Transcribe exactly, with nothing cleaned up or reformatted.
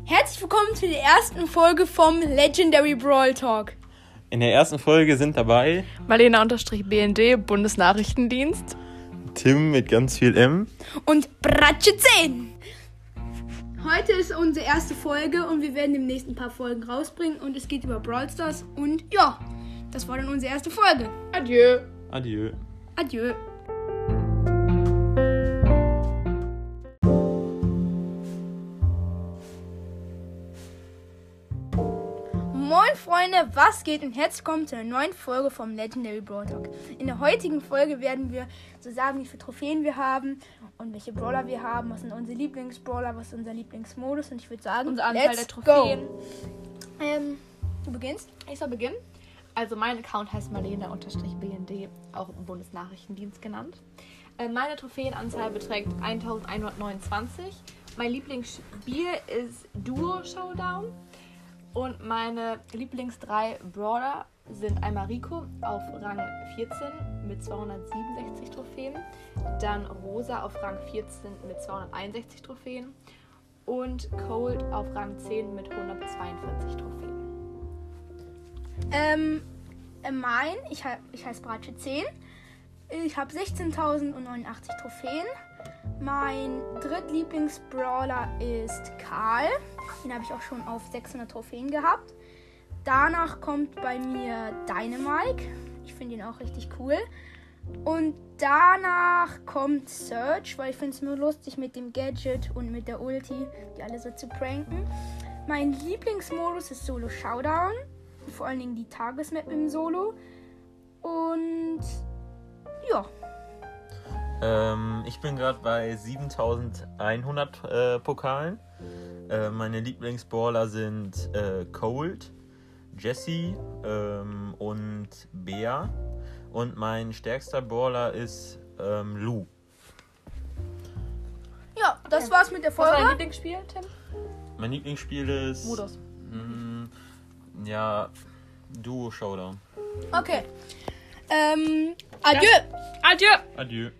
Herzlich willkommen zu der ersten Folge vom Legendary Brawl Talk. In der ersten Folge sind dabei Marlena-B N D, Bundesnachrichtendienst. Tim mit ganz viel M. Und Bratsche zehn. Heute ist unsere erste Folge und wir werden demnächst ein paar Folgen rausbringen. Und es geht über Brawl Stars. Und ja, das war dann unsere erste Folge. Adieu. Adieu. Adieu. Moin Freunde, was geht und herzlich willkommen zu einer neuen Folge vom Legendary Brawl Talk. In der heutigen Folge werden wir so sagen, wie viele Trophäen wir haben und welche Brawler wir haben, was sind unsere Lieblingsbrawler, was ist unser Lieblingsmodus und ich würde sagen, Unser Anzahl let's der Trophäen. go. Ähm, du beginnst? Ich soll beginnen. Also mein Account heißt Marlena-B N D, auch im Bundesnachrichtendienst genannt. Äh, meine Trophäenanzahl beträgt elfhundertneunundzwanzig. Mein Lieblingsspiel ist Duo Showdown. Und meine Lieblings drei Brawler sind einmal Rico auf Rang vierzehn mit zweihundertsiebenundsechzig Trophäen, dann Rosa auf Rang vierzehn mit zweihunderteinundsechzig Trophäen und Cold auf Rang zehn mit hundertzweiundvierzig Trophäen. Ähm, äh, mein, ich, he- ich heiße Bratsche zehn. Ich habe sechzehntausendneunundachtzig Trophäen. Mein drittlieblings-Brawler ist Karl. Den habe ich auch schon auf sechshundert Trophäen gehabt. Danach kommt bei mir Dynamike. Ich finde ihn auch richtig cool. Und danach kommt Search, weil ich finde es nur lustig mit dem Gadget und mit der Ulti, die alle so zu pranken. Mein Lieblingsmodus ist Solo Showdown. Vor allen Dingen die Tagesmap im Solo. Und ja. Ähm, ich bin gerade bei siebentausendeinhundert äh, Pokalen. Äh, meine Lieblingsbrawler sind äh, Cold, Jessie ähm, und Bea. Und mein stärkster Brawler ist ähm, Lou. Ja, das Okay. war's mit der Was ist dein Folge. Lieblingsspiel, Tim? Mein Lieblingsspiel ist... Modus. Mh, ja, Duo Showdown. Okay. Ähm, adieu. Adieu. Adieu.